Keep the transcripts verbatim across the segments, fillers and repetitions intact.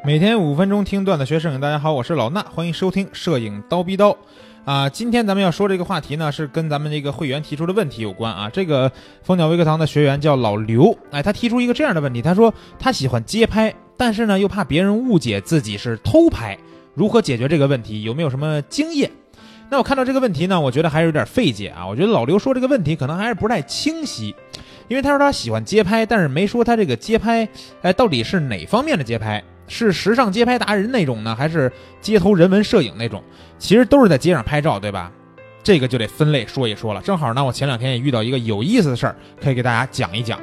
每天五分钟听段子学摄影，大家好，我是老衲，欢迎收听摄影刀逼刀啊。今天咱们要说这个话题呢，是跟咱们这个会员提出的问题有关啊。这个蜂鸟微课堂的学员叫老刘，哎，他提出一个这样的问题，他说他喜欢街拍，但是呢又怕别人误解自己是偷拍，如何解决这个问题？有没有什么经验？那我看到这个问题呢，我觉得还是有点费解啊。我觉得老刘说这个问题可能还是不太清晰，因为他说他喜欢街拍，但是没说他这个街拍，哎，到底是哪方面的街拍？是时尚街拍达人那种呢，还是街头人文摄影那种？其实都是在街上拍照，对吧？这个就得分类说一说了。正好呢，我前两天也遇到一个有意思的事儿，可以给大家讲一讲。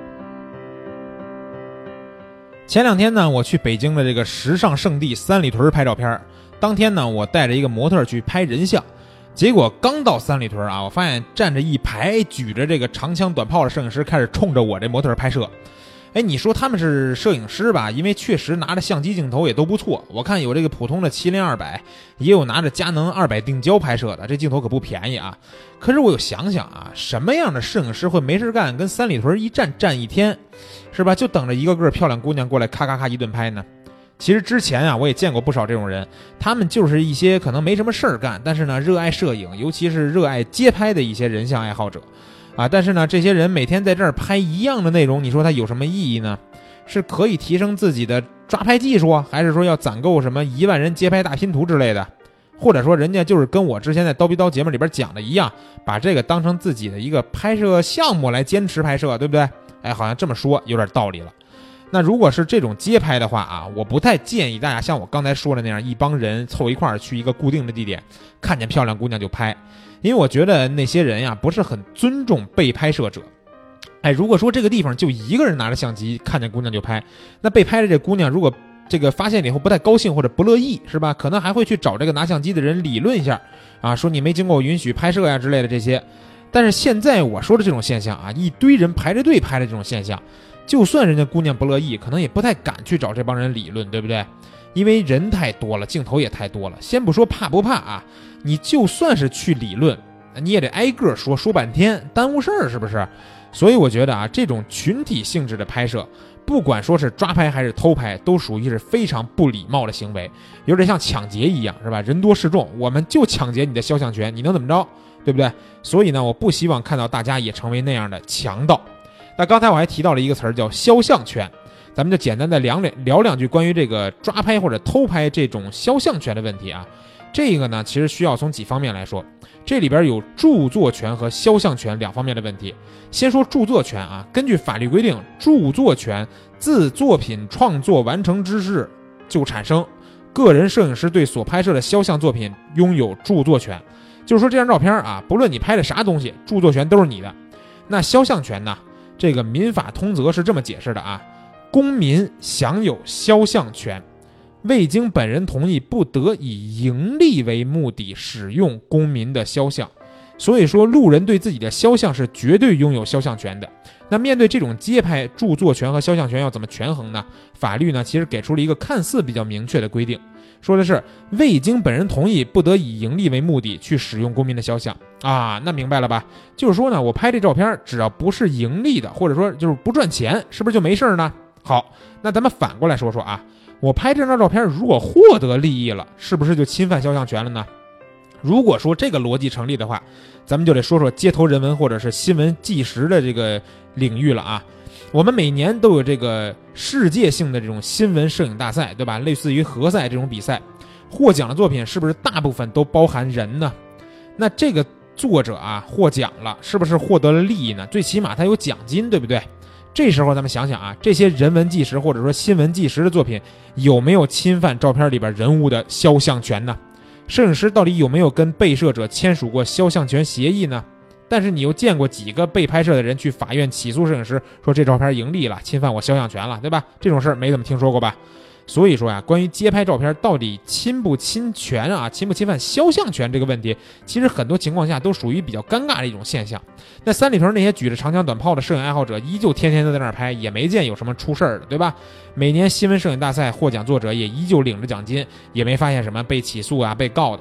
前两天呢，我去北京的这个时尚圣地三里屯拍照片，当天呢，我带着一个模特去拍人像，结果刚到三里屯啊，我发现站着一排举着这个长枪短炮的摄影师开始冲着我这模特拍摄。哎，你说他们是摄影师吧？因为确实拿着相机镜头也都不错，我看有这个普通的七零二百，也有拿着佳能二百定焦拍摄的，这镜头可不便宜啊。可是我有想想啊，什么样的摄影师会没事干跟三里屯一站站一天，是吧？就等着一个个漂亮姑娘过来咔咔咔一顿拍呢？其实之前啊，我也见过不少这种人，他们就是一些可能没什么事儿干，但是呢热爱摄影，尤其是热爱街拍的一些人像爱好者。啊，但是呢，这些人每天在这儿拍一样的内容，你说它有什么意义呢？是可以提升自己的抓拍技术啊，还是说要攒够什么一万人街拍大拼图之类的？或者说人家就是跟我之前在刀逼刀节目里边讲的一样，把这个当成自己的一个拍摄项目来坚持拍摄，对不对？哎，好像这么说有点道理了。那如果是这种街拍的话啊，我不太建议大家像我刚才说的那样，一帮人凑一块儿去一个固定的地点，看见漂亮姑娘就拍。因为我觉得那些人呀不是很尊重被拍摄者。哎，如果说这个地方就一个人拿着相机看见姑娘就拍，那被拍的这姑娘如果这个发现了以后不太高兴或者不乐意，是吧？可能还会去找这个拿相机的人理论一下啊，说你没经过我允许拍摄呀之类的这些。但是现在我说的这种现象啊，一堆人排着队拍的这种现象，就算人家姑娘不乐意，可能也不太敢去找这帮人理论，对不对？因为人太多了，镜头也太多了，先不说怕不怕啊，你就算是去理论，你也得挨个说说半天，耽误事儿，是不是？所以我觉得啊，这种群体性质的拍摄，不管说是抓拍还是偷拍，都属于是非常不礼貌的行为，有点像抢劫一样，是吧？人多势众，我们就抢劫你的肖像权，你能怎么着，对不对？所以呢，我不希望看到大家也成为那样的强盗。那刚才我还提到了一个词儿叫肖像权，咱们就简单的聊两聊两句关于这个抓拍或者偷拍这种肖像权的问题啊。这个呢，其实需要从几方面来说，这里边有著作权和肖像权两方面的问题。先说著作权啊，根据法律规定，著作权自作品创作完成之日就产生，个人摄影师对所拍摄的肖像作品拥有著作权。就是说这张照片啊，不论你拍的啥东西，著作权都是你的。那肖像权呢，这个民法通则是这么解释的啊，公民享有肖像权，未经本人同意不得以盈利为目的使用公民的肖像。所以说路人对自己的肖像是绝对拥有肖像权的。那面对这种街拍，著作权和肖像权要怎么权衡呢？法律呢其实给出了一个看似比较明确的规定，说的是未经本人同意不得以盈利为目的去使用公民的肖像啊。那明白了吧？就是说呢，我拍这照片只要不是盈利的，或者说就是不赚钱，是不是就没事呢？好，那咱们反过来说说啊，我拍这张照片如果获得利益了，是不是就侵犯肖像权了呢？如果说这个逻辑成立的话，咱们就得说说街头人文或者是新闻纪实的这个领域了啊。我们每年都有这个世界性的这种新闻摄影大赛，对吧？类似于何赛这种比赛，获奖的作品是不是大部分都包含人呢？那这个作者啊获奖了，是不是获得了利益呢？最起码他有奖金，对不对？这时候咱们想想啊，这些人文纪实或者说新闻纪实的作品有没有侵犯照片里边人物的肖像权呢？摄影师到底有没有跟被摄者签署过肖像权协议呢？但是你又见过几个被拍摄的人去法院起诉摄影师，说这照片盈利了，侵犯我肖像权了，对吧？这种事儿没怎么听说过吧？所以说呀，关于街拍照片到底侵不侵权啊，侵不侵犯肖像权这个问题，其实很多情况下都属于比较尴尬的一种现象。那三里屯那些举着长枪短炮的摄影爱好者，依旧天天都在那儿拍，也没见有什么出事儿的，对吧？每年新闻摄影大赛获奖作者也依旧领着奖金，也没发现什么被起诉啊、被告的。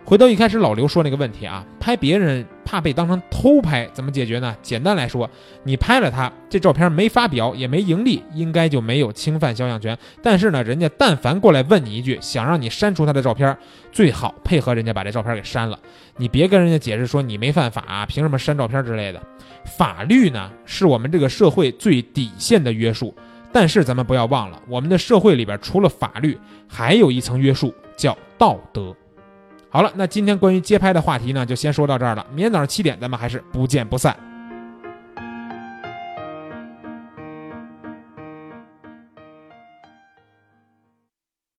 回头一开始老刘说那个问题啊，拍别人怕被当成偷拍，怎么解决呢？简单来说，你拍了他，这照片没发表也没盈利，应该就没有侵犯肖像权。但是呢，人家但凡过来问你一句，想让你删除他的照片，最好配合人家把这照片给删了。你别跟人家解释说你没犯法啊，凭什么删照片之类的。法律呢，是我们这个社会最底线的约束。但是咱们不要忘了，我们的社会里边除了法律，还有一层约束，叫道德。好了，那今天关于街拍的话题呢，就先说到这儿了。明天早上七点，咱们还是不见不散。